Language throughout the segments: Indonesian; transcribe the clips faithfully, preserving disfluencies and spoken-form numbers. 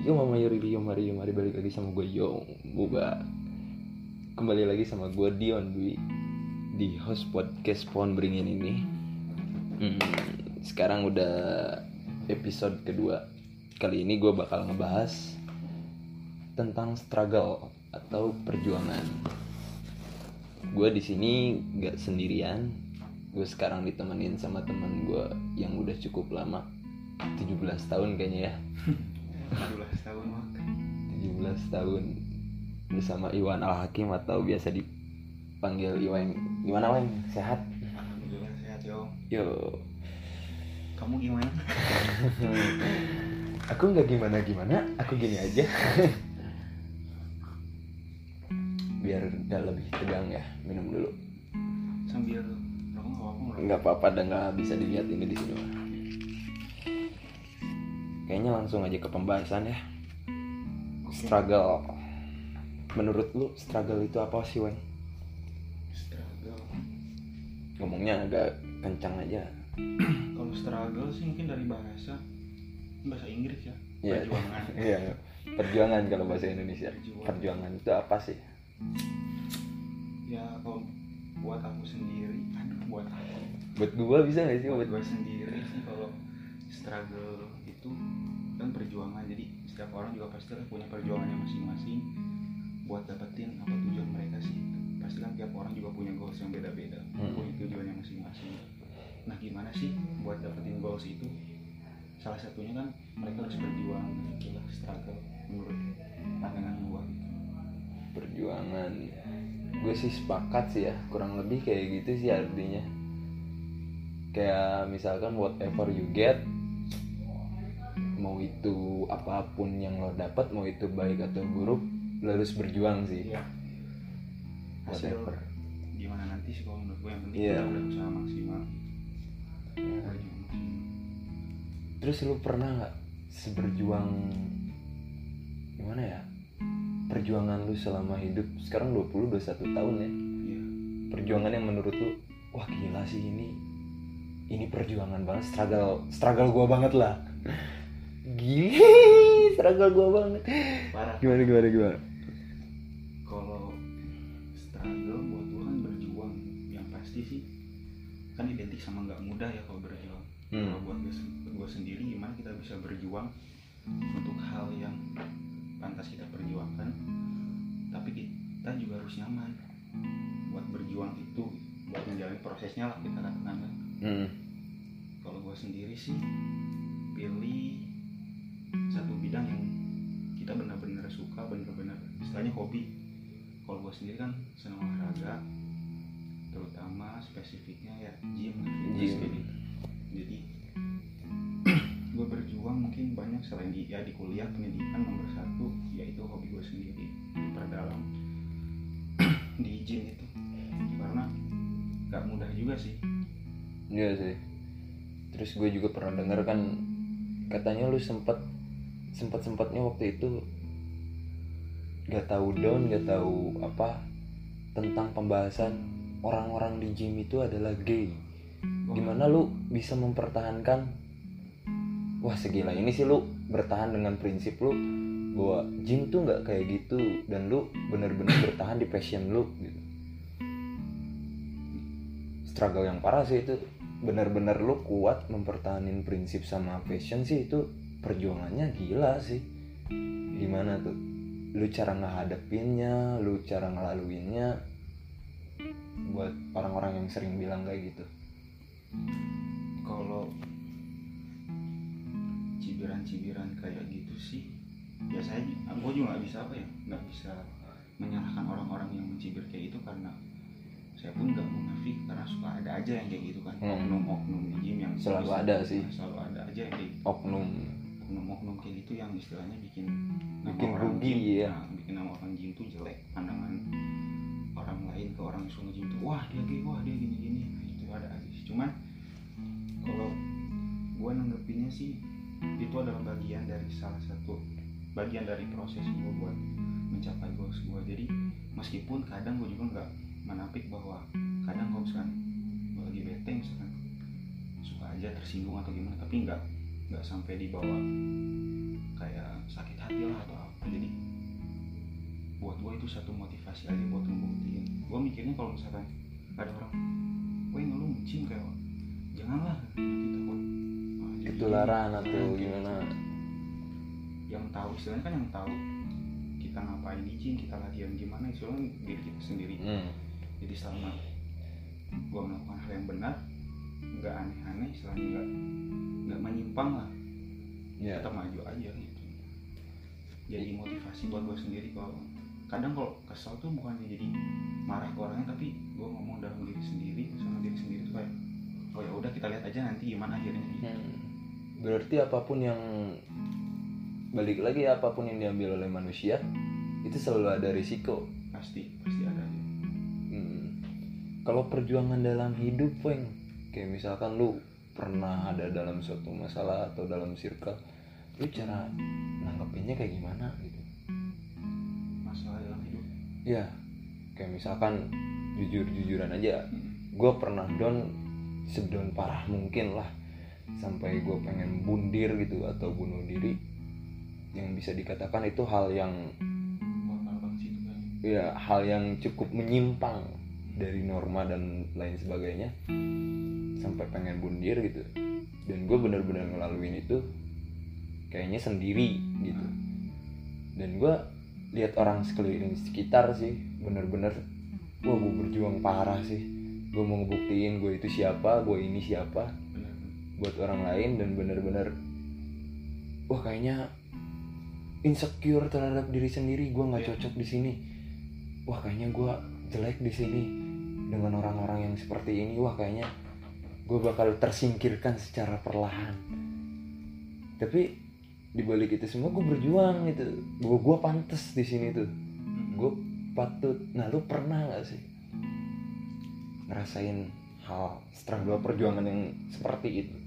Yo mama Yuri, yo mari yo mari balik lagi sama gue Yo Buga. Kembali lagi sama gue Dion Dwi di host podcast Pohon Beringin ini. hmm, Sekarang udah episode kedua. Kali ini gue bakal ngebahas tentang struggle atau perjuangan. Gue di sini gak sendirian. Gue sekarang ditemenin sama teman gue yang udah cukup lama, tujuh belas tahun kayaknya ya. tujuh belas tahun mak. tujuh belas tahun bersama Iwan Al-Hakim atau biasa dipanggil Iwan. Gimana Wan? Sehat? Alhamdulillah sehat yo. Yo. Kamu gimana? Aku nggak gimana-gimana, aku gini aja. Biar nggak lebih tegang ya, minum dulu. Sambil rokok nggak apa-apa. Nggak apa-apa, dan nggak bisa dilihat ini di sini. Kayaknya langsung aja ke pembahasan ya. Struggle. Menurut lu struggle itu apa sih, Wen? Struggle. Ngomongnya agak kencang aja. Kalau struggle sih mungkin dari bahasa bahasa Inggris ya. Iya. Perjuangan. Iya. Perjuangan kalau bahasa Indonesia. Perjuangan. Perjuangan itu apa sih? Ya kalau buat aku sendiri, aduh buat aku. Buat gua bisa nggak sih? Buat Buat gue sendiri sih kalau struggle itu kan perjuangan. Jadi setiap orang juga pasti kan punya perjuangannya masing-masing buat dapetin apa tujuan mereka sih. Pasti kan tiap orang juga punya goals yang beda-beda, hmm. punya tujuannya masing-masing. Nah gimana sih buat dapetin goals itu? Salah satunya kan mereka harus berjuang. Itulah struggle menurut pandangan gua. Perjuangan. Gue sih sepakat sih ya, kurang lebih kayak gitu sih artinya. Kayak misalkan whatever you get, mau itu apapun yang lo dapat, mau itu baik atau buruk, lo harus berjuang sih. Iya. Hasil Whatever. gimana nanti sih kalau menurut gua, yang penting Iya. kita udah usaha maksimal. Ya. Berjuang maksimal. Terus lu pernah nggak seberjuang gimana ya? Perjuangan lu selama hidup sekarang dua puluh dua puluh satu tahun ya. Iya. Perjuangan yang menurut lu wah gila sih ini. Ini perjuangan banget, struggle struggle gua banget lah. Gila, struggle gua banget. Parah. Gimana gimana gimana? Kalau struggle buat gua kan berjuang, yang pasti sih kan identik sama nggak mudah ya kalau berjuang. Hmm. Kalau buat gua, gua sendiri gimana kita bisa berjuang untuk hal yang pantas kita perjuangkan, tapi kita juga harus nyaman buat berjuang itu, buat menjalani prosesnya lah kita katakan kan. Hmm. Kalau gua sendiri sih pilih satu bidang yang kita benar-benar suka, benar-benar istilahnya hobi. Kalau gue sendiri kan senang olahraga, terutama spesifiknya ya gym, fitness Gym. gitu. Jadi gue berjuang mungkin banyak selain di ya di kuliah, pendidikan nomor satu yaitu hobi gue sendiri, diperdalam di gym itu, karena gak mudah juga sih. Iya sih. Terus gue juga pernah dengar kan katanya lu sempet sempat sempatnya waktu itu gak tahu down, gak tahu apa tentang pembahasan orang-orang di gym itu adalah gay. Gimana lu bisa mempertahankan? Wah segila ini sih lu bertahan dengan prinsip lu bahwa gym tuh nggak kayak gitu dan lu benar-benar bertahan di passion lu gitu. Struggle yang parah sih itu, benar-benar lu kuat mempertahankan prinsip sama passion sih, itu perjuangannya gila sih. Gimana tuh lu cara ngehadapinnya, lu cara ngelaluinnya buat orang-orang yang sering bilang kayak gitu? Kalau cibiran-cibiran kayak gitu sih biasanya gue juga nggak bisa apa ya nggak bisa menyalahkan orang-orang yang mencibir kayak itu, karena saya pun nggak munafik, karena suka ada aja yang kayak gitu kan. hmm. Oknum-oknum di gym yang Selalu bisa- ada sih. selalu ada aja yang kayak Oknum oknum-oknum kayak gitu yang istilahnya bikin Bikin nama orang rugi, gym, ya. nah, bikin nama orang gym tuh jelek, pandangan orang lain ke orang yang suka gym tuh wah dia gay, wah dia gini-gini. Nah, itu ada aja sih. Cuman kalau gue nanggepinnya sih itu adalah bagian dari salah satu bagian dari proses gue buat mencapai goals gue. Jadi meskipun kadang gue juga nggak menapik bahwa kadang kalau misalkan gue lagi bete misalkan suka aja tersinggung atau gimana, tapi nggak nggak sampai dibawa kayak sakit hati lah atau apa. Jadi buat gue itu satu motivasi aja buat ngebuktiin. Gue mikirnya kalau misalkan ada orang, wah lu bucin kayak, janganlah nanti takut ah, jadi ketularan gini, atau nah, gimana. yang tahu istilahnya kan yang tahu kita ngapain di gym, kita latihan gimana, istilahnya diri kita sendiri. hmm. Jadi selama gue melakukan hal yang benar, nggak aneh-aneh, istilahnya nggak nggak menyimpang lah, Ya. kita maju aja gitu. Jadi motivasi buat gue sendiri. Kalau kadang kalau kesel tuh bukannya jadi marah ke orangnya, tapi gue ngomong dalam diri sendiri sama diri sendiri tuh kayak, oh ya udah kita lihat aja nanti gimana akhirnya gitu. Hmm. Berarti apapun yang balik lagi apapun yang diambil oleh manusia itu selalu ada risiko. Pasti pasti ada aja. Hmm. Kalau perjuangan dalam hidup, Weng, kayak misalkan lu pernah ada dalam suatu masalah atau dalam circle, lu cara nanggepinnya kayak gimana gitu? Masalah dalam hidup. Ya, kayak misalkan jujur-jujuran aja, Hmm. gue pernah down sedown parah mungkin lah, sampai gue pengen bundir gitu atau bunuh diri. Yang bisa dikatakan itu hal yang Bakal bang situ kan. ya hal yang cukup menyimpang dari norma dan lain sebagainya, sampai pengen bundir gitu. Dan gue benar-benar ngelaluin itu kayaknya sendiri gitu. Dan gue lihat orang sekeliling sekitar sih benar-benar, wah gue berjuang parah sih, gue mau ngebuktiin gue itu siapa, gue ini siapa Benar. buat orang lain. Dan benar-benar wah kayaknya insecure terhadap diri sendiri, gue nggak cocok di sini, wah kayaknya gue jelek di sini dengan orang-orang yang seperti ini, wah kayaknya gue bakal tersingkirkan secara perlahan. Tapi dibalik itu semua gue berjuang gitu, gue gue pantas di sini tuh, gue patut. Nah lu pernah nggak sih ngerasain hal struggle perjuangan yang seperti itu?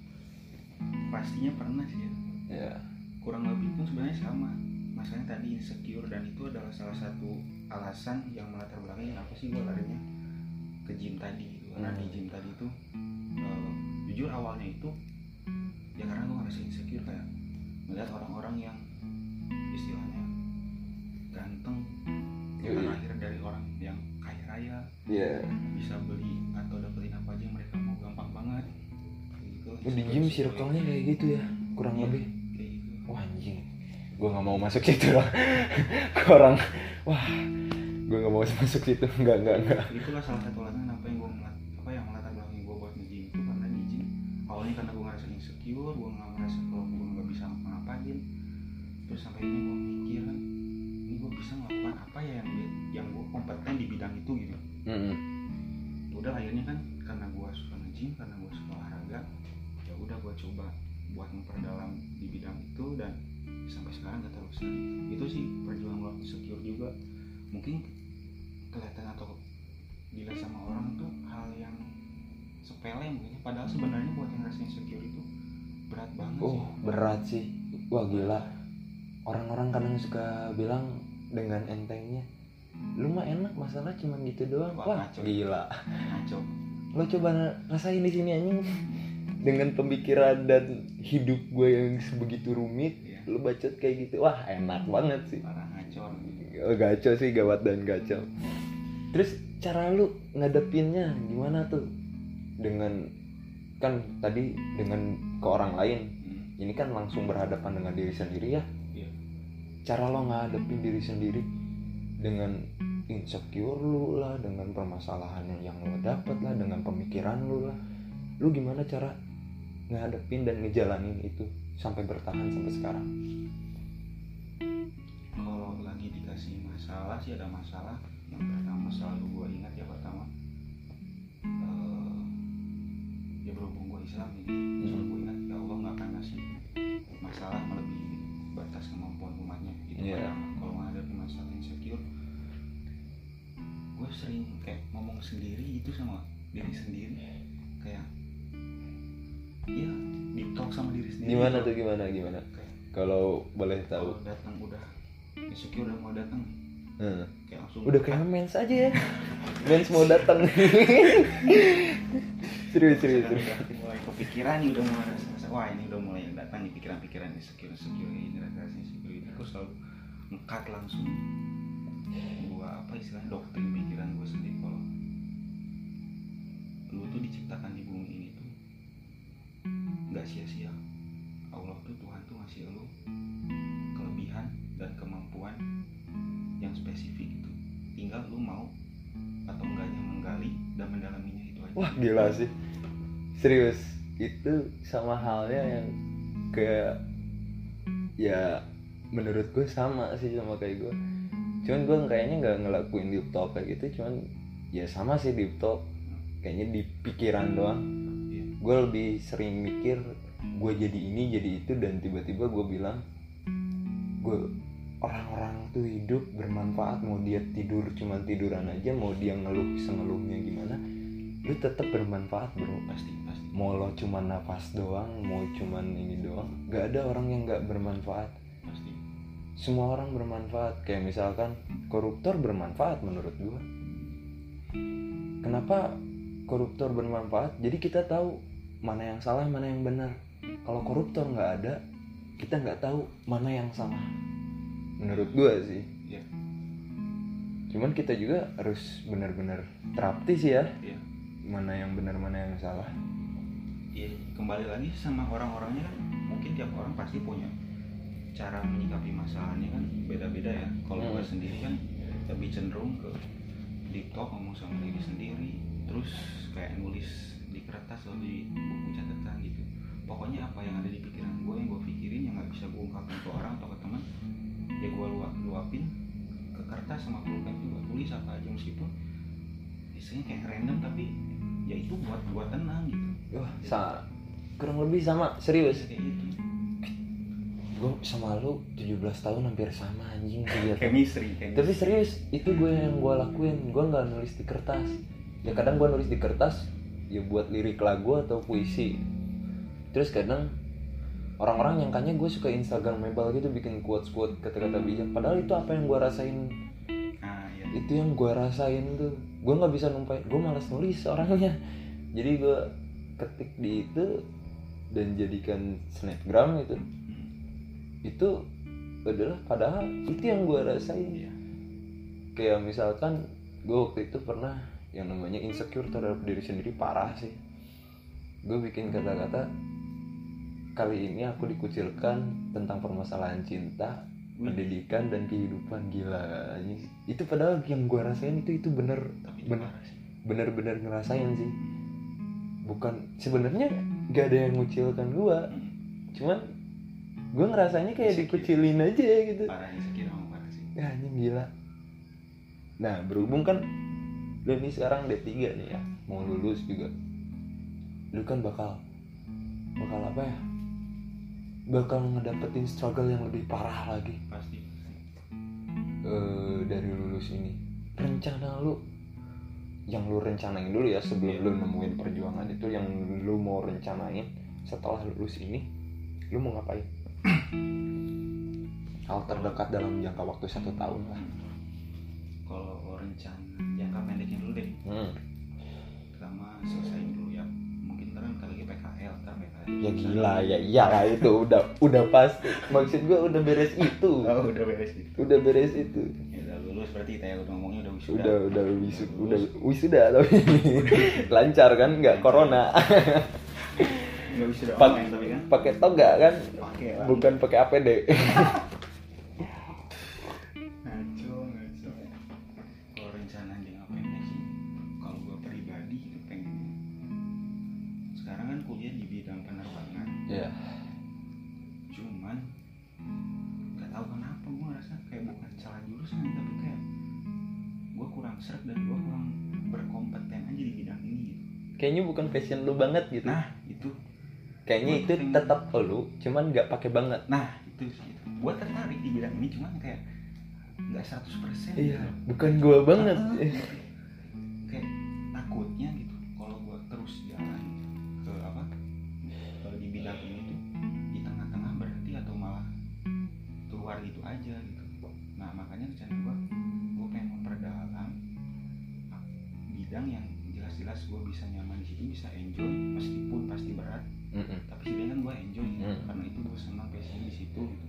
Pastinya pernah sih ya. Ya. Kurang lebih pun sebenarnya sama. Masalahnya tadi insecure, dan itu adalah salah satu alasan yang melatar belakangnya kenapa sih gue larinya ke gym tadi gitu. Karena Hmm. di gym tadi itu uh, jujur awalnya itu ya karena gue ngerasa insecure, kayak melihat orang-orang yang istilahnya ganteng, yang Yoi. lahir dari orang yang kaya raya, Iya. bisa beli atau dapetin apa aja yang mereka mau gampang banget gitu. Oh, di gym circle-nya kayak gitu ya kurang Iya, lebih. kayak gitu. Wah anjing, gue nggak mau masuk situ lah. Ke orang, wah, gue nggak mau masuk situ. Nggak nggak nggak. Itulah salah satu alasan kenapa yang gue melat, apa yang melatar belakang gue buat nge-gym itu. Karena di gym awalnya karena gue ngerasa insecure, gue nggak merasa kalau gue nggak bisa ngapa-ngapain. Terus sampai ini gue mikir kan, ini gue bisa melakukan apa ya yang yang gue kompeten di bidang itu gitu. Mm-mm. Udah akhirnya kan karena gue suka nge-gym, karena gue suka olahraga, ya udah gue coba buat memperdalam di bidang itu, dan sampai sekarang keterusan. Itu sih perjuangan gue insecure juga. Mungkin kelihatan atau dilihat sama orang tuh hal yang sepele mungkin, padahal sebenarnya buat yang ngerasa insecure itu berat banget Oh sih. berat sih. Wah gila. Orang-orang kadang suka bilang dengan entengnya, lu mah enak, masalah cuman gitu doang. Wah, Wah ngaco. gila. Ngaco. Lo coba rasain di sini anjing. Dengan pemikiran dan hidup gue yang sebegitu rumit, Iya. lu bacot kayak gitu. Wah enak banget sih. Parah ngaco orang gitu. Oh, gaco sih, gawat dan gaco. Terus cara lu ngadepinnya gimana tuh? Dengan kan tadi dengan ke orang lain, Hmm. ini kan langsung berhadapan dengan diri sendiri ya. Iya. Cara lo ngadepin diri sendiri dengan insecure lu lah, dengan permasalahan yang lo dapet lah, dengan pemikiran lu lah, lu gimana cara ngadepin dan ngejalanin itu sampai bertahan sampai sekarang? Kalau lagi dikasih masalah sih, ada masalah yang pertama selalu gue ingat ya pertama uh, ya berhubung gue Islam ini selalu gue ingat ya Allah nggak akan ngasih masalah melebihi batas kemampuan umatnya itu. Yeah. Pertama, kalau menghadapi masalah insecure gue sering kayak ngomong sendiri itu sama diri sendiri, kayak ya deep talk sama diri sendiri. Gimana tuh gimana gimana? Kayak Kalau boleh tahu. kalau datang udah insecure udah mau datang Hmm. kayak langsung Udah kayak mens aja ya. Mens mau datang. Serius, serius, Sudah, serius. udah mulai kepikiran nih, udah mulai rasa, rasa wah ini udah mulai datang nih pikiran-pikiran insecure insecure ini rasa insecure ini. Aku selalu ngekat langsung gua apa istilahnya doktrin pikiran gua sendiri kalau lu tuh diciptakan di bumi ini tuh nggak sia-sia. Allah tuh Tuhan tuh ngasih lu kelebihan dan kemampuan yang spesifik itu, tinggal lu mau atau enggaknya menggali dan mendalaminya, itu aja. Wah gila sih, serius. Itu sama halnya yang kayak ya menurut gue sama sih sama kayak gue. Cuman gue kayaknya nggak ngelakuin deep talk kayak gitu. Cuman ya sama sih deep talk, kayaknya di pikiran doang. Gue lebih sering mikir gue jadi ini jadi itu, dan tiba-tiba gue bilang gue orang-orang tuh hidup bermanfaat. Mau dia tidur cuman tiduran aja, mau dia ngeluh sengeluhnya gimana, lu tetap bermanfaat bro. Pasti pasti. Mau lo cuman nafas doang, mau cuman ini doang, gak ada orang yang gak bermanfaat. Pasti. Semua orang bermanfaat. Kayak misalkan koruptor bermanfaat menurut gua. Kenapa koruptor bermanfaat? Jadi kita tahu mana yang salah, mana yang benar. Kalau koruptor nggak ada, kita nggak tahu mana yang salah. Menurut gua sih. Iya. Cuman kita juga harus benar-benar terapti sih ya. Iya. Mana yang benar, mana yang salah. Iya, kembali lagi sama orang-orangnya kan, mungkin tiap orang pasti punya cara menyikapi masalahnya kan beda-beda ya. Kalau Hmm. gue sendiri kan lebih cenderung ke deep talk, ngomong sama diri sendiri, terus kayak nulis di kertas atau di buku catatan gitu. Pokoknya apa yang ada di pikiran gue, yang gue pikirin, yang nggak bisa gue ungkapin ke orang atau ke teman, ya gue luap, luapin ke kertas sama pulpen juga. Tulis apa aja, meskipun biasanya kayak random, tapi ya itu buat buat tenang gitu. Wah, sa- kurang lebih sama, serius. Kayak gitu. Gue sama lu tujuh belas tahun hampir sama anjing kegiatan. Chemistry, chemistry. Tapi serius, itu gue yang gue lakuin. Gue gak nulis di kertas. Ya kadang gue nulis di kertas, ya buat lirik lagu atau puisi. Terus kadang orang-orang nyangkanya gue suka instagramable gitu, bikin quotes-quotes, kata-kata bijak. Padahal itu apa yang gue rasain. Ah, iya. Itu yang gue rasain tuh. Gue gak bisa numpain, gue malas nulis orangnya. Jadi gue ketik di itu dan jadikan snapgram gitu. Itu adalah padahal itu yang gue rasain. Iya. Kayak misalkan gue waktu itu pernah yang namanya insecure terhadap diri sendiri parah sih. Gue bikin kata-kata, kali ini aku dikucilkan tentang permasalahan cinta, pendidikan dan kehidupan. Gila anjing. Itu padahal yang gue rasain itu itu bener Tapi itu bener parah sih. bener-bener ngerasain sih. Bukan sebenarnya gak ada yang ngucilkan gue, Hmm. cuman gue ngerasanya kayak Insecure. dikucilin aja gitu. Parah insecure sama parah sih. Ya anjing gila. Nah berhubung kan lu ini sekarang D tiga nih ya, mau lulus juga. Lu kan bakal Bakal apa ya, bakal ngedapetin struggle yang lebih parah lagi Pasti. uh, dari lulus ini. Rencana lu, yang lu rencanain dulu ya sebelum lu nemuin perjuangan itu, yang lu mau rencanain setelah lulus ini, lu mau ngapain? Hal terdekat dalam jangka waktu satu tahun lah. Kalau rencana jangka pendeknya dulu deh. Hmm. Pertama selesaiin dulu ya. Mungkin ntar kan lagi P K L, ntar P K L. Ya gila ya, iyalah itu udah udah pasti. Maksud gua udah beres itu. Oh, udah beres gitu. Udah beres itu. Ya udah lulus berarti kita ya udah ngomongnya udah wisuda. Udah udah wisuda, udah wisuda tapi lancar kan, nggak corona. Enggak wisuda Pak- online tapi kan. Pakai toga kan, Pakai lah. bukan pakai A P D. Ngaco, ngaco. Kalau rencana jangka pendek sih, kalau gue pribadi itu pengen. Sekarang kan kuliah di bidang penerbangan. Iya. Cuman nggak tahu kenapa gue ngerasa kayak bukan salah jurusan, tapi kayak gue kurang seret dan gue kurang berkompeten aja di bidang ini gitu. Kayaknya bukan passion lu banget gitu. Nah itu, Kayaknya itu tetap lu, cuman nggak pakai banget. nah itu sih. Gue tertarik di bidang ini, cuman kayak nggak seratus persen. Iya, bukan gua banget. Uh, kayak takutnya gitu kalau gue terus jalan ke apa kalau di bidang ini tuh di tengah-tengah berhenti atau malah keluar gitu aja gitu. Nah makanya rencana gue gue pengen memperdalam bidang yang jelas-jelas sebatas gue bisa nyaman di situ, bisa enjoy meskipun pasti berat. Mm-mm. Tapi setidaknya kan gue enjoy gitu. Mm. Karena itu gue senang passion di situ gitu.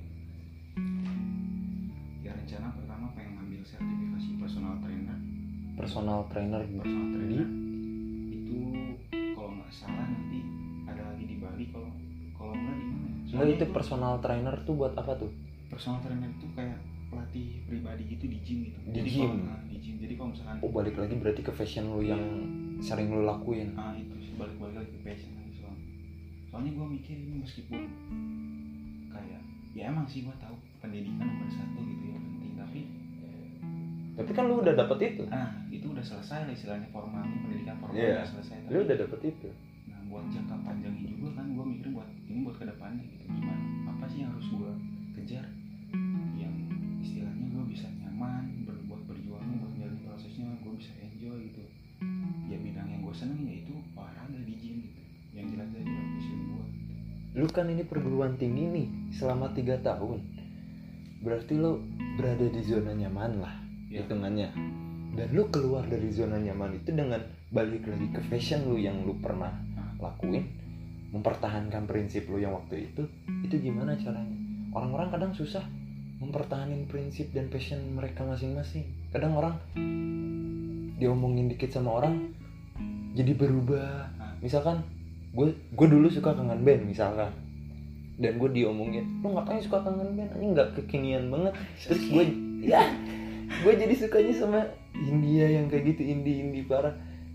Ya rencana pertama pengen ngambil sertifikasi personal trainer. Personal trainer Personal di trainer itu kalau nggak salah nanti ada lagi di Bali, kalau kalau nggak di mana? Enggak, itu personal trainer tuh buat apa tuh? Personal trainer itu kayak pelatih pribadi gitu di gym gitu. Di Jadi gym? Kalau, nah, di gym. Jadi kalau misalkan Oh, balik lagi berarti ke fashion lu yang sering lu lakuin. ah itu sih, balik-balik lagi ke passion lagi soalnya. Soalnya gue mikir ini meskipun kayak ya emang sih gue tahu pendidikan nomor satu gitu ya penting, tapi Tapi kan lu udah dapet itu. ah itu udah selesai lah istilahnya, formalnya pendidikan formal Iya. udah selesai. Tapi Lu udah dapet itu. nah buat jangka panjangnya juga kan gue mikir buat ini buat kedepannya gitu, gimana apa sih yang harus gue kejar yang istilahnya gue bisa nyaman berbuat berjuangnya buat menjalani prosesnya, gue bisa enjoy gitu. Ya bidang yang gue seneng yaitu olahraga di gym gitu, yang jelas-jelas jelas passion gue. Lu kan ini perguruan tinggi nih selama tiga tahun. Berarti lu berada di zona nyaman lah Ya. hitungannya. Dan lu keluar dari zona nyaman itu dengan balik lagi ke fashion lu yang lu pernah lakuin, mempertahankan prinsip lu yang waktu itu. Itu gimana caranya? Orang-orang kadang susah mempertahankan prinsip dan passion mereka masing-masing. Kadang orang diomongin dikit sama orang jadi berubah. Misalkan gue gue dulu suka kangen band misalkan, dan gue diomongin lu ngapain suka kangen band, ini nggak kekinian banget. Terus gue ya gue jadi sukanya sama India yang kayak gitu, indie indie parah.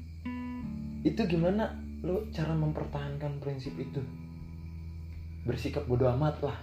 Itu gimana lu cara mempertahankan prinsip itu? Bersikap bodo amat lah.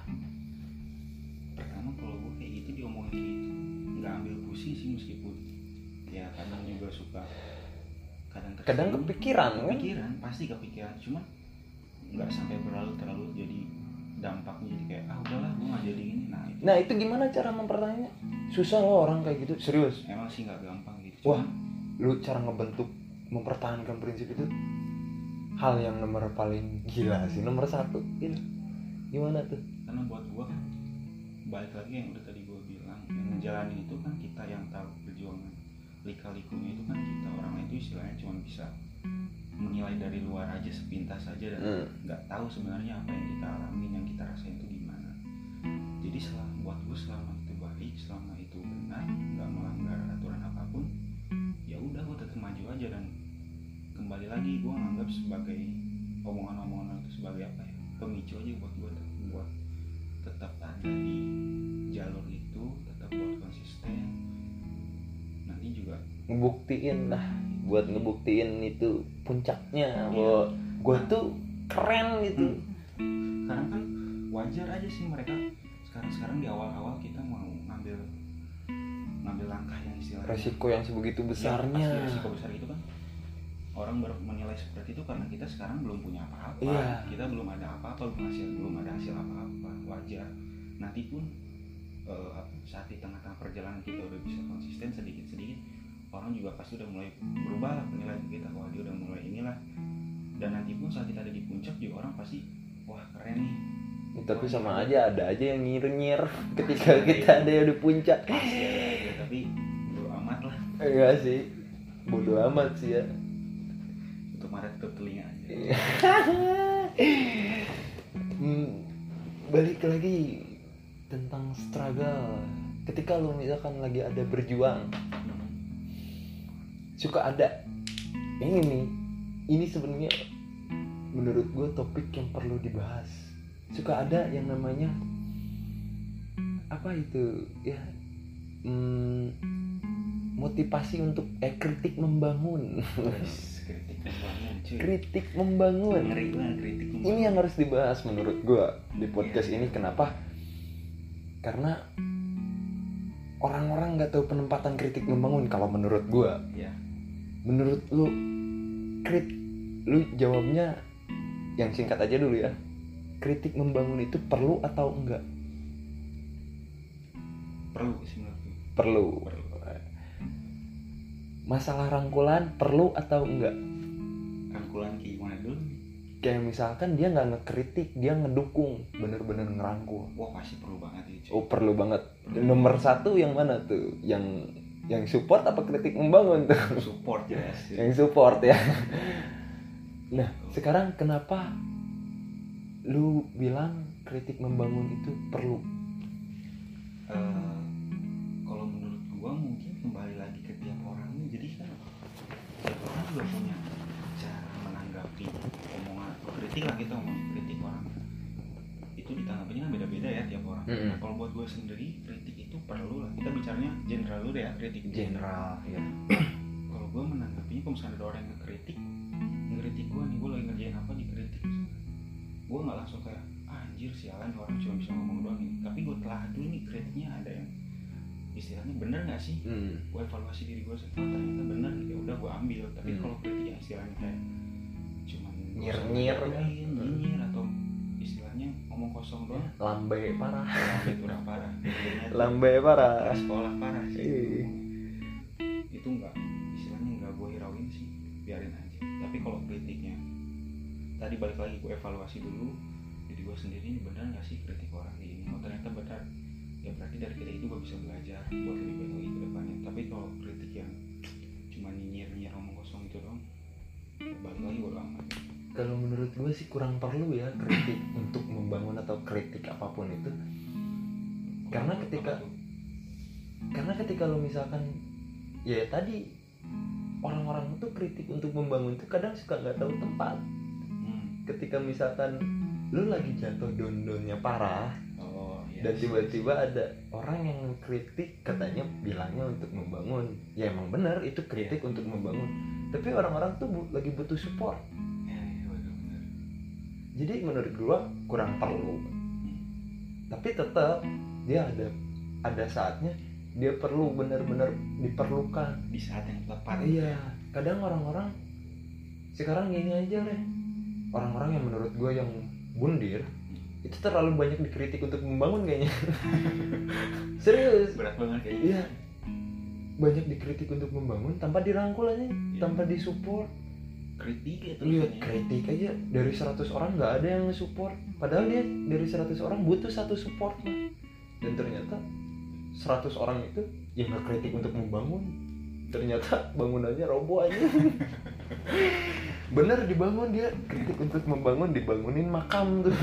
Pertama kalau gue kayak gitu diomongin kayak gitu nggak ambil pusing sih, meskipun ya kadang juga suka kadang tersinggung, Kadang kepikiran kan? kepikiran pasti kepikiran, cuman nggak sampai berlalu terlalu jadi dampaknya jadi kayak ah udahlah gue nggak jadi ini. Nah itu Nah itu gimana cara mempertahankannya? Susah loh orang kayak gitu, serius. emang sih nggak gampang gitu. Wah, Cuman, lu cara ngebentuk mempertahankan prinsip itu hal yang nomor paling gila sih, nomor satu gitu. Gimana tuh? karena buat gue kan balik lagi yang udah tadi gue bilang, yang ngejalanin itu kan kita yang tahu perjuangan lika-likunya itu kan kita, orang lain itu istilahnya cuma bisa menilai dari luar aja sepintas saja dan nggak Hmm. tahu sebenarnya apa yang kita alamin, yang kita rasain itu gimana. Jadi selama buat gue selama itu baik, selama itu benar, nggak melanggar aturan apapun, ya udah gue tetap maju aja. Dan kembali lagi gue anggap sebagai omongan-omongan itu sebagai apa ya, pemicu aja buat gue buat tetap ada di jalur itu, tetap buat konsisten. Nanti juga Ngebuktiin lah, buat ngebuktiin itu puncaknya Iya. bahwa gue tuh keren gitu. Hmm. Karena kan wajar aja sih mereka sekarang-sekarang di awal-awal kita mau ngambil ngambil langkah yang istilahnya Resiko yang sebegitu ya, besarnya. pasti resiko besar itu kan orang baru menilai seperti itu karena kita sekarang belum punya apa-apa. Iya. Kita belum ada apa-apa, belum hasil belum ada hasil apa-apa, wajar. Nanti pun eh, apa, saat di tengah-tengah perjalanan kita udah bisa konsisten sedikit-sedikit, orang juga pasti udah mulai berubah lah penilaian kita, wah dia udah mulai inilah. Dan nanti pun saat kita ada di puncak juga orang pasti wah keren nih. Ya, tapi Wah, sama iya. aja ada aja yang nyir-nyir ketika kita ada yang di puncak. Pasti ada aja, tapi bodo amat lah, Enggak sih, bodo amat sih ya. untuk marah tutup telinga aja. Hmm, balik lagi tentang struggle. Ketika lu misalkan lagi ada berjuang, suka ada ini nih, ini sebenarnya menurut gue topik yang perlu dibahas. Suka ada yang namanya apa itu ya, hmm, motivasi untuk eh kritik membangun. Terus kritik membangun cuy. Kritik membangun. Ngeri banget kritik membangun. Ini yang harus dibahas menurut gue di podcast ini. Kenapa? Karena orang-orang nggak tahu penempatan kritik membangun. Kalau menurut gue, Ya. menurut lu, krit, lu jawabnya yang singkat aja dulu ya. Kritik membangun itu perlu atau enggak? Perlu sih menurut gue. Perlu. Perlu. Masalah rangkulan perlu atau enggak? Rangkulan kayak gimana dulu nih? Kayak misalkan dia nggak ngekritik, dia ngedukung, bener-bener ngerangkul. Wah pasti perlu banget itu cuy. Oh perlu banget. Nomor satu yang mana tuh? Yang Yang support apa kritik membangun tuh? Support jelas. Yang support ya. Nah, sekarang kenapa lu bilang kritik membangun itu perlu? Uh, kalau menurut gua mungkin kembali lagi ke tiap orangnya. Jadi kan tiap orang juga punya cara menanggapi omongan atau kritik lah, kita ngomong kritik orang. Itu ditanggapinya kan beda-beda ya tiap orang. Mm-hmm. Nah, kalau buat gua sendiri kritik itu perlu lah. Kita bicaranya general dulu ya, kritik general ya. Kalau gua menanggapinya, kalau misalnya ada orang yang ngekritik, ngekritik gua nih, gua lagi ngerjain apa dikritik, gua nggak langsung kayak ah, anjir sialan orang cuma bisa ngomong doang nih. Tapi gua telah dulu nih kritiknya ada yang istilahnya bener nggak sih? Mm. Gua evaluasi diri gua, oh, ternyata bener, ya udah gua ambil. Tapi mm. kalau kritik yang istilahnya kayak cuma nyir-nyir, nyinyir atau istilahnya ngomong kosong doang, lambe parah, lambe kurang parah, lambe parah, sekolah parah sih. Itu enggak, istilahnya enggak gue hirauin sih, biarin aja. Tapi kalau kritiknya tadi balik lagi, gue evaluasi dulu diri gue sendiri, ini benar nggak sih kritik orang ini? Oh ternyata benar, ya berarti dari kritik itu gue bisa belajar buat lebih baik lagi ke depannya. Tapi kalau kritik yang cuma nyinyir-nyinyir ngomong kosong itu dong, ya balik lagi bodo amat. Kalau menurut gue sih kurang perlu ya kritik untuk membangun atau kritik apapun itu. Karena ketika karena ketika lo misalkan ya tadi orang-orang itu kritik untuk membangun itu kadang suka nggak tahu tempat. Hmm. Ketika misalkan lo lagi jatuh down-downnya parah, oh, yes, dan tiba-tiba yes. ada orang yang kritik katanya bilangnya untuk membangun. Ya emang benar itu kritik yeah. untuk membangun. Tapi orang-orang tuh bu- lagi butuh support. Jadi menurut gua kurang perlu. Tapi tetap dia ada ada saatnya dia perlu benar-benar diperlukan di saat yang tepat. Iya, kadang orang-orang sekarang gini aja deh. Orang-orang yang menurut gua yang bundir itu terlalu banyak dikritik untuk membangun kayaknya. Serius. Berat banget kayaknya. Iya. Banyak dikritik untuk membangun tanpa dirangkul aja, iya. tanpa disupport. Kritik ya, iya kritik aja dari seratus orang nggak ada yang nge-support, padahal dia dari seratus orang butuh satu support lah. Dan ternyata seratus orang itu yang ngekritik untuk membangun, ternyata bangunannya roboh aja. Bener dibangun, dia kritik untuk membangun, dibangunin makam tuh.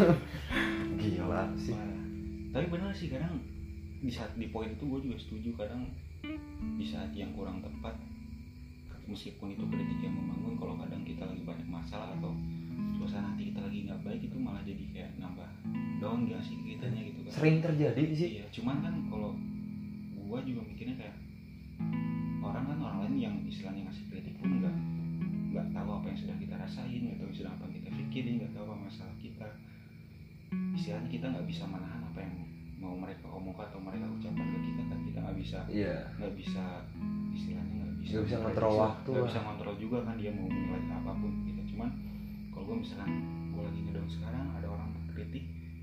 Gila sih. Tapi bener sih, kadang di saat di poin itu gue juga setuju, kadang di saat yang kurang tepat, meskipun itu kritik yang membangun, kalau kadang kita lagi banyak masalah atau suasana hati kita lagi nggak baik, itu malah jadi kayak nambah down gak sih kitanya gitu kan. Sering terjadi sih. Iya, cuman kan kalau gua juga mikirnya kayak orang kan orang lain yang istilahnya ngasih kritik pun nggak nggak tahu apa yang sedang kita rasain, nggak tahu sedang apa yang kita pikirin, nggak tahu apa masalah kita. Istilahnya kita nggak bisa menahan apa yang mau mereka omongkan atau mereka ucapkan ke kita kan, kita nggak bisa nggak yeah. bisa istilahnya nggak bisa nggak bisa ngontrol waktu, nggak bisa ngontrol juga kan dia mau menilai apapun gitu. Cuman kalau gue misalkan gue lagi ngedown sekarang, ada orang kritik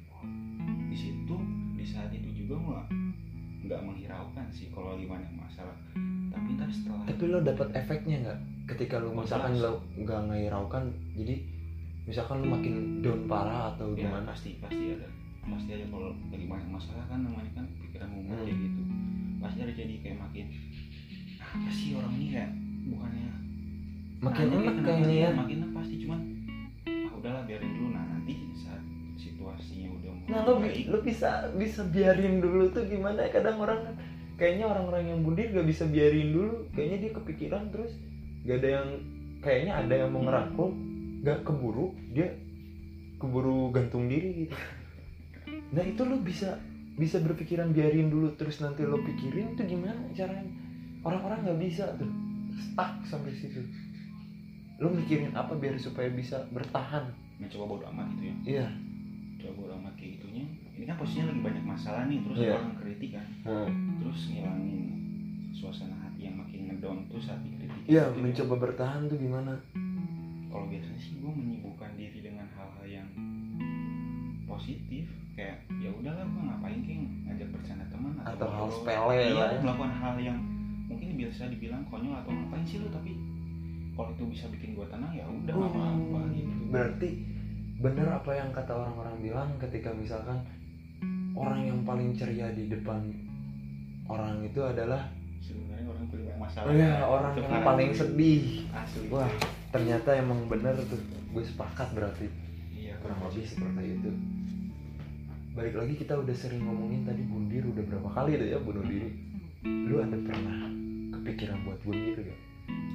di situ, di saat itu juga gue nggak menghiraukan sih kalau lagi banyak masalah. Tapi ntar setelah tapi lo dapat efeknya nggak ketika lo misalkan lo nggak ngehiraukan, jadi misalkan lo makin down parah atau ya, gimana? Pasti pasti ada pasti aja kalau lagi banyak masalah kan, namanya kan pikiran umum hmm. kayak gitu, pasti ada jadi kayak makin apa sih orang ini kayak bukannya makin enak kayaknya ya, makin enak pasti. Cuman ah udahlah biarin dulu, nah nanti saat situasinya udah mulai nah lo, baik, lo bisa bisa biarin dulu tuh gimana? Kadang orang kayaknya orang-orang yang bundir gak bisa biarin dulu, kayaknya dia kepikiran terus gak ada yang kayaknya ada yang mau ngerangkul, gak keburu dia keburu gantung diri gitu. Nah itu lo bisa bisa berpikiran biarin dulu, terus nanti lo pikirin itu gimana caranya. Orang-orang nggak bisa tuh stuck sampai situ. Lo mikirin apa biar supaya bisa bertahan? Mencoba bodo amat gitu ya. Iya. Coba bodo amat kayak gitunya. Ini kan posisinya lagi banyak masalah nih, terus yeah. orang kritik kan. Hmm. Terus ngilangin suasana hati yang makin ngedown tuh saat dikritik. Iya, yeah, mencoba bertahan tuh gimana? Kalau biasanya sih gue menyibukkan diri dengan hal-hal yang positif, kayak ya udahlah gue ngapain kayak ngajak bercanda teman atau, atau hal sepele lah ya. Melakukan hal yang mungkin biasa dibilang konyol atau ngapain sih lu, tapi kalau itu bisa bikin gue tenang ya udah nggak hmm, apa-apa gitu. Berarti bener apa yang kata orang-orang bilang, ketika misalkan orang yang paling ceria di depan orang itu adalah sebenarnya orang punya masalah. Oh ya, orang yang paling sedih. Asli. Wah, ternyata emang bener tuh. Gue sepakat berarti. Iya, Kurang lebih seperti itu. Balik lagi, kita udah sering ngomongin tadi bunuh diri, udah berapa kali tuh ya bunuh diri. Lu ada pernah kepikiran buat bunuh diri gak?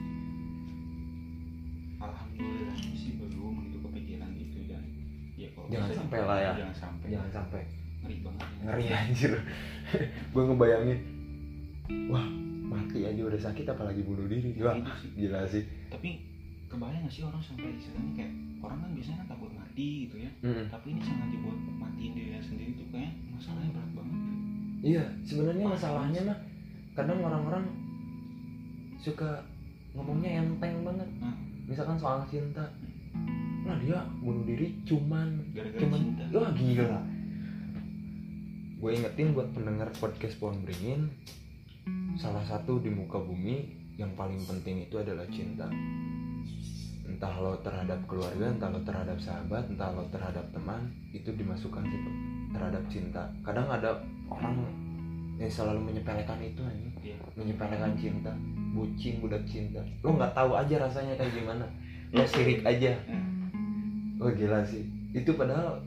Alhamdulillah sih belum gitu kepikiran gitu dan ya kalau Jangan bisa sampai lah ya. Jangan sampai. Jangan sampai. Ngeri banget. Ngeri anjir. Gue ngebayangin, wah mati aja udah sakit apalagi bunuh diri. Wah Gitu sih. gila sih. Tapi kebayang gak sih orang sampai istilahnya kayak orang kan biasanya kan takut mati gitu ya. Mm-mm. Tapi ini sengaja buat matiin dirinya sendiri tuh kayak masalahnya berat banget. Iya, sebenarnya masalahnya mah kadang orang-orang suka ngomongnya enteng banget. Nah, Misalkan soal cinta, nah dia bunuh diri cuman gara-gara cuman cinta. wah gila. Gue ingetin buat pendengar podcast Pohon Beringin, salah satu di muka bumi yang paling penting itu adalah cinta. Entah lo terhadap keluarga, entah lo terhadap sahabat, entah lo terhadap teman, itu dimasukkan sih terhadap cinta. Kadang ada orang yang selalu menyepelekan itu aja, Iya. menyepelekan cinta, bucin, budak cinta. Lo nggak tahu aja rasanya kayak gimana, lo sirik aja. Nah, Wah gila sih, itu padahal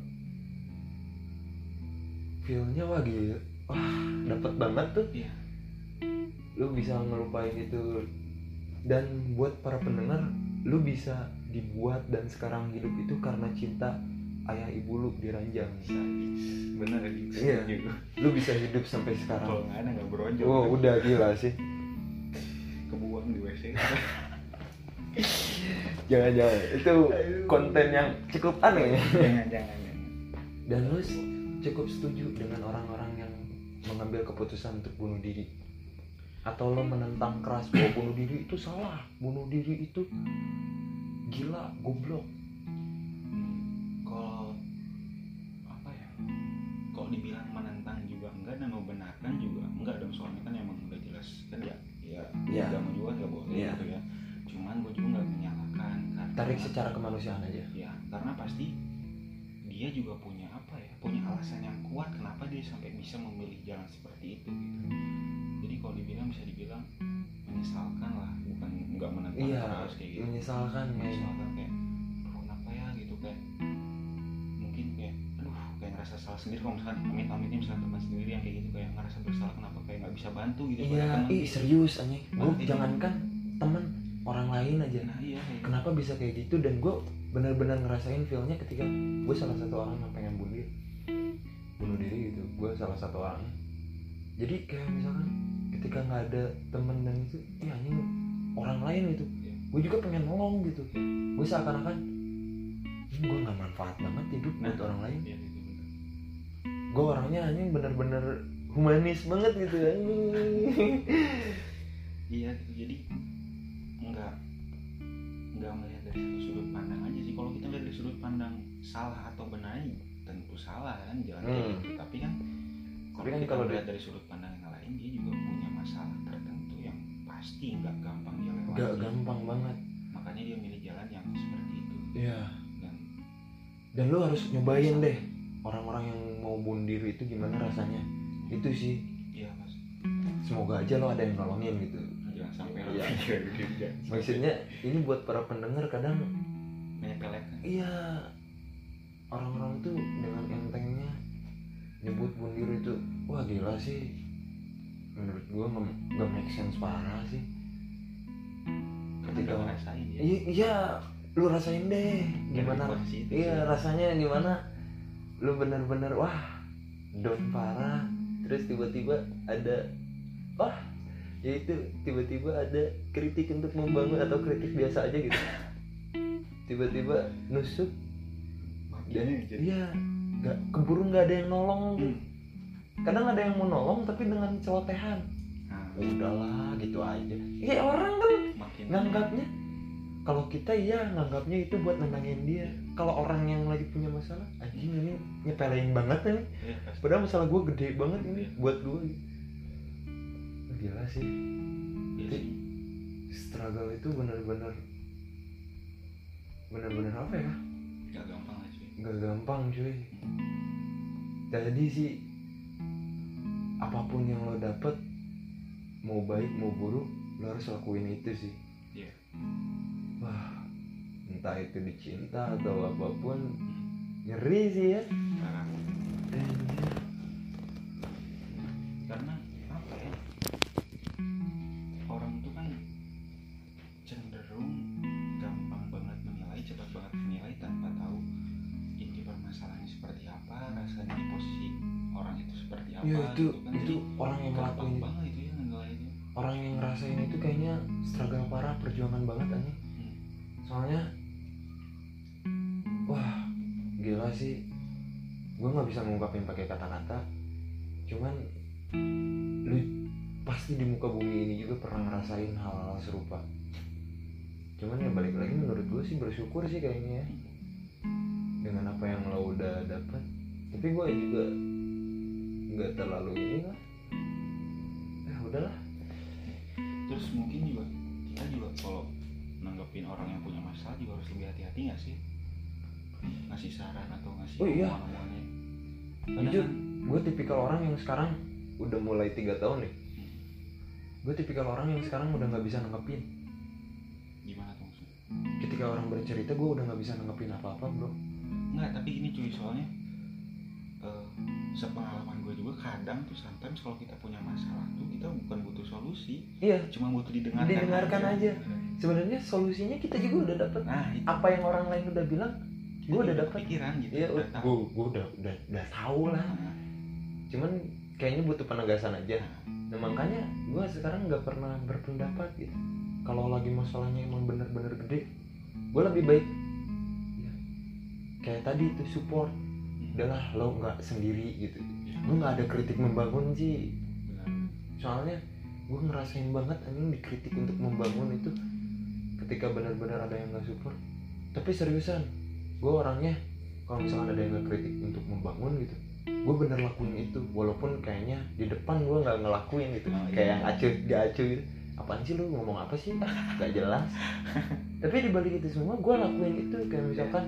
feelnya wah gila, wah dapet banget tuh. iya. Lu bisa ngelupain itu. Dan buat para pendengar, lu bisa dibuat dan sekarang hidup itu karena cinta ayah ibu lu diranjang. Bener gitu. Iya. Lu bisa hidup sampai Kalau sekarang. nggak ada nggak beronjol. Wow udah gila sih. Kebuang di W C. Jangan-jangan itu konten yang cukup aneh. Jangan jangan. jangan. Dan lu cukup setuju dengan orang-orang yang mengambil keputusan untuk bunuh diri, atau lo menentang keras bahwa bunuh diri itu salah, bunuh diri itu gila, goblok? Kalau apa ya? Kalau dibilang menentang juga enggak dan membenarkan juga enggak dong, soalnya kan emang udah jelas kan ya. Ya, Iya. agama juga nggak boleh Iya. gitu ya. Cuman gue juga nggak menyalahkan. Karena, Tarik secara kemanusiaan aja. Ya, karena pasti dia juga punya apa ya? Punya alasan yang kuat kenapa dia sampai bisa memilih jalan seperti itu gitu. Jadi kalau dibilang bisa dibilang menyesalkan lah, bukan nggak menentang Iya, terus kayak gitu. menyesalkan men. Menyesalkan kayak, aduh kenapa ya gitu kayak, mungkin kayak, aduh kayak ngerasa salah sendiri kalau misalkan amit-amitnya misalkan teman sendiri yang kayak gitu kayak ngerasa bersalah kenapa kayak nggak bisa bantu gitu. Iya, padahal teman ih gitu. serius anjing. Gue Bantu. jangankan temen, orang lain aja. Nah iya. Kayak Kenapa bisa kayak gitu? Dan gue benar-benar ngerasain feelnya ketika gue salah satu orang yang pengen bunuh diri, bunuh diri gitu. Gue salah satu orang. Jadi kayak misalkan ketika nggak ada temen dan itu, ya anjing orang lain gitu. Iya. Gue juga pengen nolong gitu. Gue seakan-akan ini gue nggak manfaat banget hidup buat Nah, orang lain. Iya gitu bener. Gue orangnya anjing bener-bener humanis banget gitu anjing. Iya gitu. Jadi enggak enggak melihat dari satu sudut pandang aja sih. Kalau kita lihat dari sudut pandang salah atau benarnya tentu salah kan jalan kayak Hmm. gitu. Tapi kan kalau Tapi kan kita kalau lihat dari sudut pandang yang lain, dia juga punya masalah tertentu yang pasti nggak gampang dia lewati. Gak gampang banget. Makanya dia milih jalan yang seperti itu. Iya. Dan Dan lu harus nyobain deh orang-orang yang mau bunuh diri itu gimana rasanya. Itu sih. iya mas, Semoga aja lo ada yang nolongin gitu. jangan sampai Iya. iya. Maksudnya ini buat para pendengar kadang menyepelekan. iya orang-orang tuh dengan entengnya nyebut bunuh diri itu wah gila sih. Menurut gua nggak nggak make sense parah sih. Karena Ketika nggak ngerasain ya. iya, iya lu rasain deh gimana. Dari posisi itu Iya sih. rasanya gimana. Lu bener-bener wah down parah. Terus tiba-tiba ada wah ya itu tiba-tiba ada kritik untuk membangun atau kritik biasa aja gitu. Tiba-tiba nusuk dan Makanya jadi iya nggak keburu nggak ada yang nolong. Hmm. Kadang ada yang mau nolong tapi dengan celotehan. nah, Udahlah gitu aja. Iya orang kan makin nganggapnya kalau kita iya nganggapnya itu buat nenangin dia. Kalau orang yang lagi punya masalah, anjing ini nyepelein banget nih. Iya, pasti. Padahal masalah gue gede banget ini Iya. buat gue. Gila sih. Iya Jadi, sih. struggle itu benar-benar benar-benar apa ya? Gak gampang lah cuy. Gak gampang cuy. Jadi sih apapun yang lo dapet mau baik mau buruk lo harus lakuin itu sih. Iya. Wah, entah itu dicinta atau apapun, ngeri sih ya. Nah, karena apa ya, orang tuh kan cenderung gampang banget menilai, cepat banget menilai tanpa tahu inti permasalahannya seperti apa, rasanya di posisi orang itu seperti apa. Ya itu gitu kan. itu Jadi, orang yang gampang ngelakuin, banget itu ya nilainya. orang yang ngerasain itu kayaknya struggle parah, perjuangan banget anjing. Hmm. Soalnya wah gila sih, gue nggak bisa ngungkapin pakai kata-kata. Cuman lu pasti di muka bumi ini juga pernah ngerasain hal-hal serupa. Cuman ya balik lagi menurut gue sih bersyukur sih kayaknya ya dengan apa yang lo udah dapat. Tapi gue juga nggak terlalu ini lah. Ya udahlah. Terus mungkin juga kita juga kalau nanggepin orang yang punya masalah juga harus lebih hati-hati nggak sih ngasih saran atau ngasih Oh iya. omongan-omongannya. Jujur, gue tipikal orang yang sekarang udah mulai tiga tahun nih. Gue tipikal orang yang sekarang udah nggak bisa nanggepin. Gimana tuh maksudnya? Ketika orang bercerita, gue udah nggak bisa nanggepin apa-apa bro. Nggak, tapi ini cuy, soalnya uh, sepengalaman gue juga kadang tuh sometimes kalau kita punya masalah tuh kita bukan butuh solusi, Iya, cuma butuh didengarkan, didengarkan aja. aja. Sebenarnya solusinya kita juga udah dapet. Nah itu Apa yang orang lain udah bilang, gue udah dapet. pikiran gitu. Iya, udah gue tahu. gue udah udah udah tahu lah. Nah, Cuman kayaknya butuh penegasan aja. Nah makanya gue sekarang nggak pernah berpendapat gitu. Kalau lagi masalahnya emang bener-bener gede, gue lebih baik ya, kayak tadi itu support. Udahlah lo nggak sendiri gitu. Gue nggak ada kritik membangun sih. benar. Soalnya gue ngerasain banget anjing dikritik untuk membangun itu ketika benar-benar ada yang nggak support. Tapi seriusan, gue orangnya kalau misalkan ada yang ngekritik untuk membangun gitu, gue bener lakuin itu walaupun kayaknya di depan gue nggak ngelakuin gitu. Oh, iya. Kayak yang acuh gak acuh gitu. Apaan sih lu ngomong apa sih? Gak jelas. Tapi dibalik itu semua gue lakuin itu. Kayak misalkan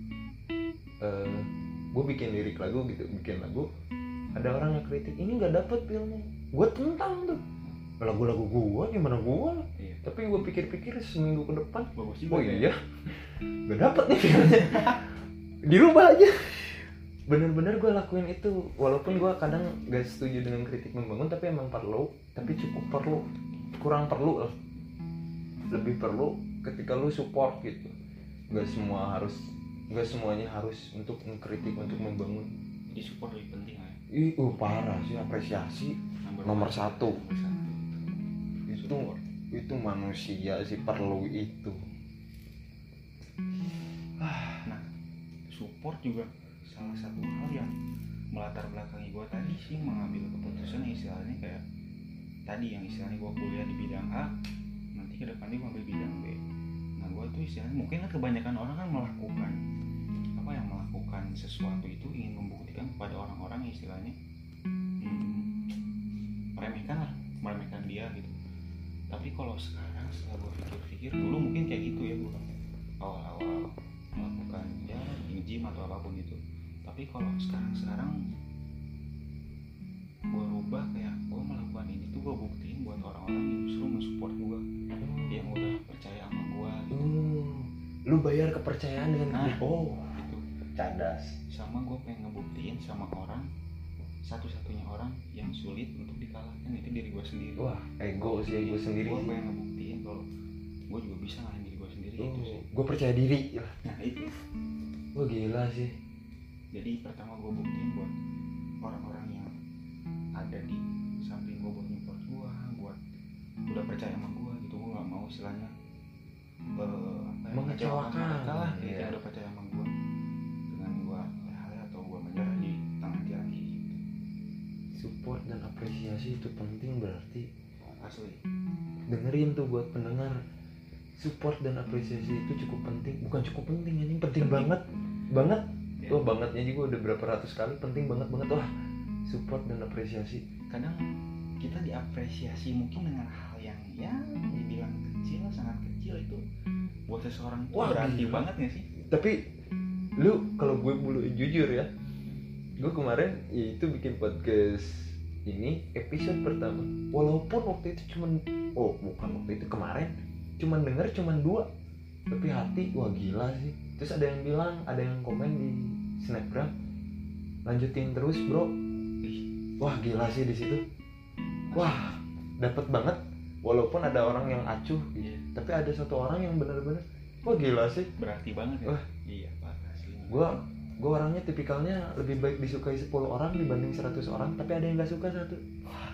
uh, gue bikin lirik lagu gitu, bikin lagu, ada orang yang kritik ini nggak dapet feelnya, gue tentang tuh lagu-lagu gue gimana gue. Iya. Tapi gue pikir-pikir seminggu ke depan, Bagus juga. oh ya. iya gak dapet nih feelnya, dirubah aja. Bener-bener gue lakuin itu walaupun gue kadang gak setuju dengan kritik membangun, tapi emang perlu, tapi cukup perlu, kurang perlu lah, lebih perlu ketika lu support gitu. Gak semua harus, gak semuanya harus untuk mengkritik, untuk membangun. Jadi support lebih penting lah ya. Ih, uh, parah sih, apresiasi nomor one. satu. Nomor satu. Itu Support. itu manusia sih perlu itu. Nah, support juga salah satu hal yang melatar belakangi gue tadi sih mengambil keputusan yang istilahnya kayak tadi yang istilahnya gue kuliah di bidang A, nanti ke depannya gue ambil bidang B. Nah gue tuh istilahnya mungkin kan kebanyakan orang kan melakukan apa yang melakukan sesuatu itu ingin membuktikan kepada orang-orang yang istilahnya hmm, meremehkan lah, meremehkan dia gitu. Tapi kalau sekarang setelah gue pikir-pikir, dulu mungkin kayak gitu ya gue awal-awal melakukan ya gym atau apapun itu. Tapi kalau sekarang-sekarang gue rubah kayak gue melakukan ini tuh gue buktiin buat orang-orang yang justru mensupport gue, yang udah percaya sama gue gitu. Oh, lu bayar kepercayaan dengan Nah, oh gitu. cadas. Sama gue pengen ngebuktiin sama orang, satu-satunya orang yang sulit untuk dikalahkan itu diri gue sendiri. Wah, ego sih, ego sendiri. Gue pengen ngebuktiin kalau gue juga bisa ngalahin diri gue sendiri. Oh, Itu sih. gue percaya diri. Nah itu. Wah gila sih. Jadi pertama gue buktiin buat orang-orang yang ada di samping gue, buat support gue, buat udah percaya sama gue gitu. Gue nggak mau istilahnya uh, apa ya, Mengecewakan. mereka lah, Iya. yang udah percaya sama gue dengan gue hal atau gue menyerah di tangan dia lagi gitu. Support dan apresiasi itu penting berarti. Asli. Dengerin tuh buat pendengar. Support dan apresiasi itu cukup penting. Bukan cukup penting, ini penting, penting. banget. Banget. Ya. Wah, bangetnya juga udah berapa ratus kali. Penting banget banget. Wah, support dan apresiasi. Kadang kita diapresiasi mungkin dengan hal yang ya dibilang kecil, sangat kecil, itu buat seseorang itu Wah, berarti gila. banget gak sih? Tapi lu kalau gue bulu jujur ya, gue kemarin ya itu bikin podcast ini episode pertama. Walaupun waktu itu cuman, oh bukan waktu itu, kemarin cuman denger cuman dua, tapi hati wah gila sih. Terus ada yang bilang, ada yang komen di Snapgram, lanjutin terus bro. Wah gila sih di situ. Wah dapet banget. Walaupun ada orang yang acuh gitu, Iya. tapi ada satu orang yang benar-benar wah gila sih. Berarti banget ya. Wah. Iya pak aslinya. Gue gue orangnya tipikalnya lebih baik disukai sepuluh orang dibanding seratus orang, tapi ada yang nggak suka satu. Wah.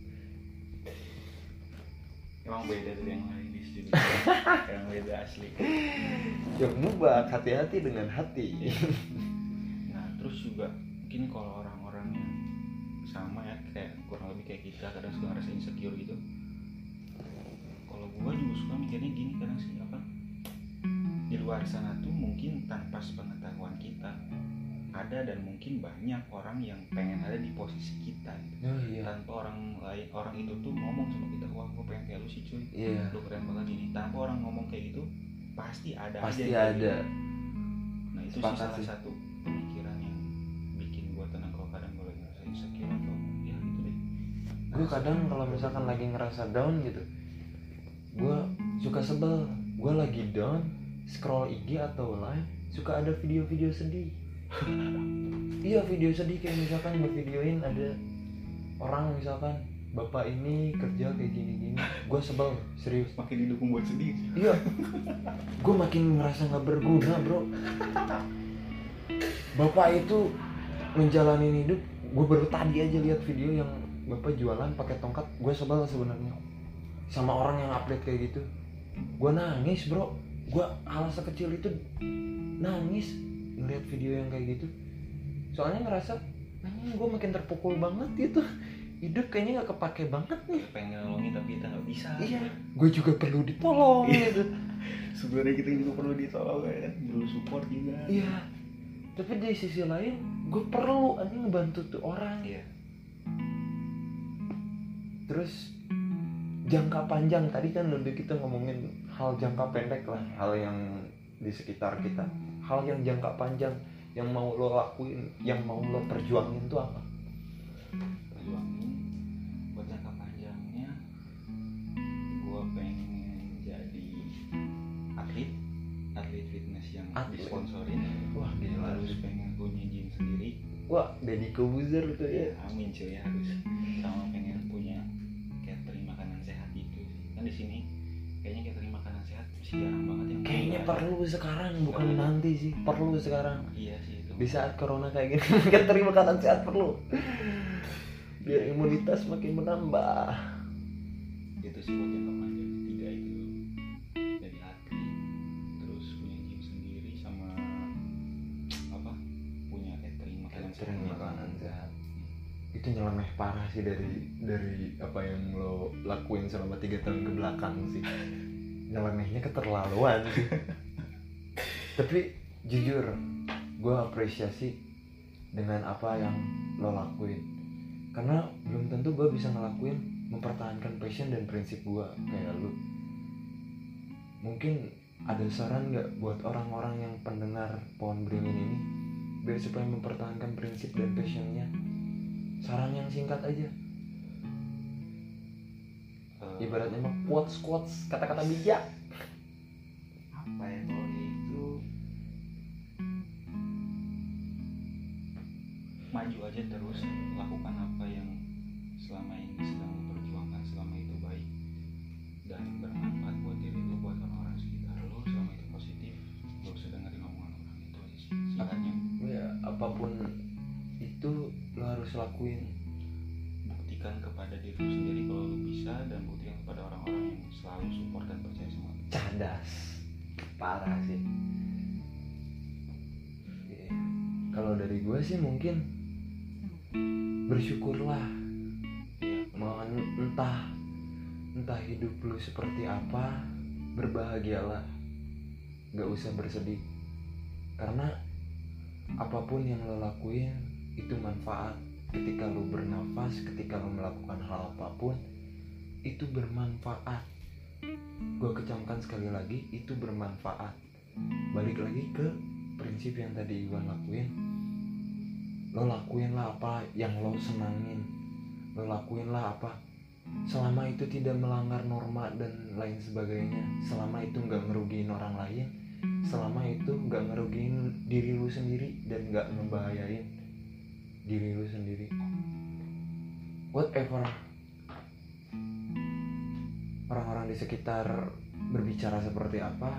Emang beda dari yang lain di studio. Emang beda asli. Yang mubak, hati-hati dengan hati. Nah terus juga mungkin kalau orang-orang yang sama ya, kayak kurang lebih kayak kita kadang suka ngerasa insecure gitu. Kalau gue juga suka mikirnya gini kadang sih, apa, di luar sana tuh mungkin tanpa sepengetahuan kita ada dan mungkin banyak orang yang pengen ada di posisi kita gitu. Oh iya. Tanpa orang lain, orang itu tuh ngomong sama kita, wah gue pengen kayak lu sih cuy, Iya. lu keren banget gini. Tanpa orang ngomong kayak gitu pasti ada Pasti aja yang kayak ada. gitu. Nah itu sih Sepakat salah sih. satu pemikiran yang bikin gue tenang kalau kadang gue lagi ngerasa insecure atau ya gitu deh. Gue kadang kalau misalkan lagi ngerasa down gitu, gue suka sebel. Gue lagi down, scroll I G atau live, suka ada video-video sedih. Iya video sedih, kayak misalkan ngevideoin ada orang misalkan bapak ini kerja kayak gini-gini, gue sebel serius. Makin didukung buat sedih. Iya, gue makin ngerasa nggak berguna bro. Bapak itu menjalani hidup. Gue baru tadi aja lihat video yang bapak jualan pakai tongkat. Gue sebel sebenarnya sama orang yang update kayak gitu. Gue nangis bro. Gue hal sekecil itu nangis ngeliat video yang kayak gitu. Soalnya ngerasa, anjing gue makin terpukul banget gitu. Hidup kayaknya nggak kepake banget nih. Pengen nolongin tapi kita nggak bisa. Iya, gue juga perlu ditolong gitu. Sebenarnya kita juga perlu ditolong kan, perlu support juga. Iya, tapi di sisi lain gue perlu aja ngebantu tuh orang. Iya. Terus jangka panjang, tadi kan udah kita ngomongin hal jangka pendek lah, hal yang di sekitar kita. Hal yang jangka panjang yang mau lo lakuin, yang mau lo perjuangin tuh apa? Perjuangin buat jangka panjangnya, gue pengen jadi atlet, atlet fitness yang Atlet. disponsorin. Wah gila. Terus pengen punya gym sendiri. Wah, Deddy Kobuzer tuh ya. Amin cuy, harus. Sama pengen punya catering makanan sehat gitu. Kan di sini kayaknya catering makanan sehat masih jarang banget yang Kayaknya ada. perlu sekarang, bukan Perlu. nanti sih. Perlu sekarang. Iya sih itu. Di saat corona kayak gini, catering makanan sehat perlu. Biar imunitas makin menambah. Itu sih buat jangka panjang. Tiga itu dari atlet, terus punya gym sendiri, sama apa, punya catering makanan sehat. Catering makanan sehat. Itu nyeleneh parah sih dari dari apa yang lo lakuin selama tiga tahun ke belakang sih. Nyelenehnya keterlaluan sih. Tapi jujur, gue apresiasi dengan apa yang lo lakuin. Karena belum tentu gue bisa ngelakuin mempertahankan passion dan prinsip gue kayak lo. Mungkin ada saran nggak buat orang-orang yang pendengar Pohon Beringin ini biar supaya mempertahankan prinsip dan passionnya? Saran yang singkat aja. Eh, Ibaratnya mah quotes quotes kata-kata bijak. apa ya kalau itu, maju aja terus, lakukan apa yang selama ini sedang lo perjuangkan, selama itu baik dan bermanfaat buat diri lo, buat orang-orang sekitar lo, selama itu positif, lo usah dengerin omongan orang. Itu aja sih singkatnya. Ya apapun itu lo harus lakuin. Buktikan kepada diri lo sendiri kalau lo bisa, dan buktikan kepada orang-orang yang selalu support dan percaya sama lo. Cadas. Parah sih. Oke. Kalau dari gue sih mungkin bersyukurlah. Iya, Mau entah entah hidup lu seperti apa, berbahagialah. Gak usah bersedih. Karena apapun yang lo lakuin itu manfaat. Ketika lo bernafas, ketika lo melakukan hal apapun, itu bermanfaat. Gue kecamkan sekali lagi, itu bermanfaat. Balik lagi ke prinsip yang tadi Iwan lakuin. Lo lakuin lah apa yang lo senangin. lo lakuin lah apa, selama itu tidak melanggar norma dan lain sebagainya, selama itu nggak ngerugiin orang lain, selama itu nggak ngerugiin diri lu sendiri dan nggak ngebahayain diri lu sendiri, whatever orang-orang di sekitar berbicara seperti apa,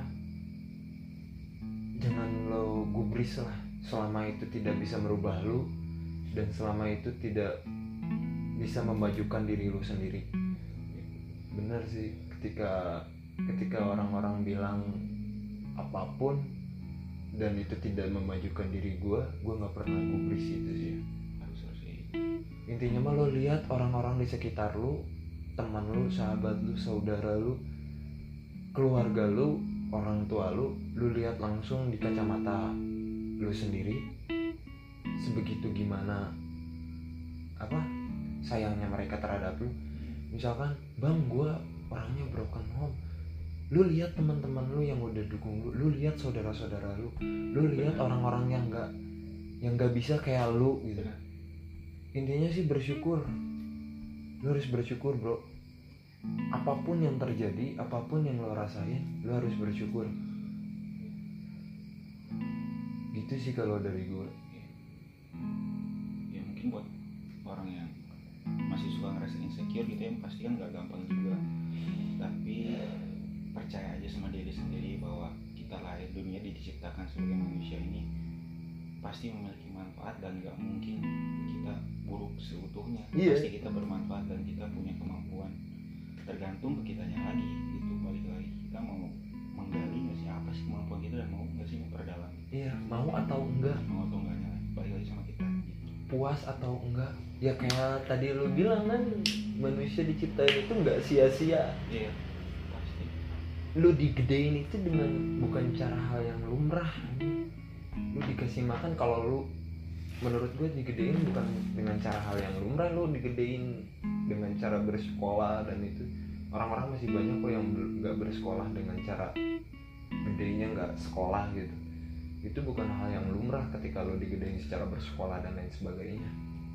jangan lo gubris lah. Selama itu tidak bisa merubah lu dan selama itu tidak bisa memajukan diri lu sendiri. Bener sih, ketika ketika orang-orang bilang apapun dan itu tidak memajukan diri gue, gue nggak pernah gubris itu sih. Intinya mah lo lihat orang-orang di sekitar lu, teman lu, sahabat lu, saudara lu, keluarga lu, orang tua lu, lu lihat langsung di kacamata lu sendiri, sebegitu gimana apa sayangnya mereka terhadap lu. Misalkan, bang, gue orangnya broken home, lu lihat teman-teman lu yang udah dukung lu, lu lihat saudara-saudara lu, lu lihat orang-orang yang nggak yang nggak bisa kayak lu gitu. Intinya sih bersyukur, lu harus bersyukur bro. Apapun yang terjadi, apapun yang lo rasain, lo harus bersyukur. Gitu sih kalau dari gue. Ya mungkin buat orang yang masih suka ngerasa insecure gitu ya, pasti kan gak gampang juga. Tapi percaya aja sama diri sendiri bahwa kita lahir dunia diciptakan sebagai manusia ini pasti memiliki manfaat dan gak mungkin kita buruk seutuhnya. Iya. Pasti kita bermanfaat dan kita punya kemampuan. Tergantung ke kitanya lagi gitu, balik lagi kita mau menggali nggak sih apa sih kemampuan kita dan mau nggak sih memperdalam. Iya, mau atau enggak, mau atau enggaknya balik lagi sama kita gitu. puas atau enggak. Ya kayak tadi lu bilang kan, manusia diciptain itu nggak sia-sia. Iya pasti. Lu digedein itu dengan bukan cara hal yang lumrah. Lu dikasih makan, kalau lu menurut gue digedein bukan dengan cara hal yang lumrah, lu digedein dengan cara bersekolah, dan itu orang-orang masih banyak kok yang nggak bersekolah dengan cara gedenya nggak sekolah gitu. Itu bukan hal yang lumrah ketika lo digedein secara bersekolah dan lain sebagainya.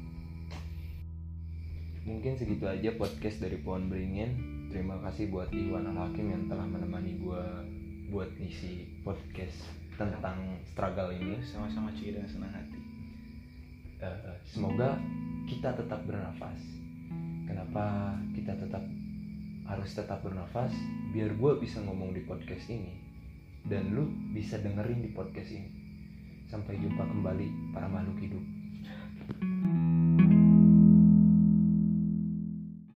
Mungkin segitu aja podcast dari Pohon Beringin. Terima kasih buat Iwan Al-Hakim yang telah menemani gue buat isi podcast tentang struggle ini. Sama-sama cuy, dengan senang hati. Uh, semoga kita tetap bernafas. Kenapa kita tetap harus tetap bernafas? Biar gue bisa ngomong di podcast ini dan lu bisa dengerin di podcast ini. Sampai jumpa kembali para makhluk hidup.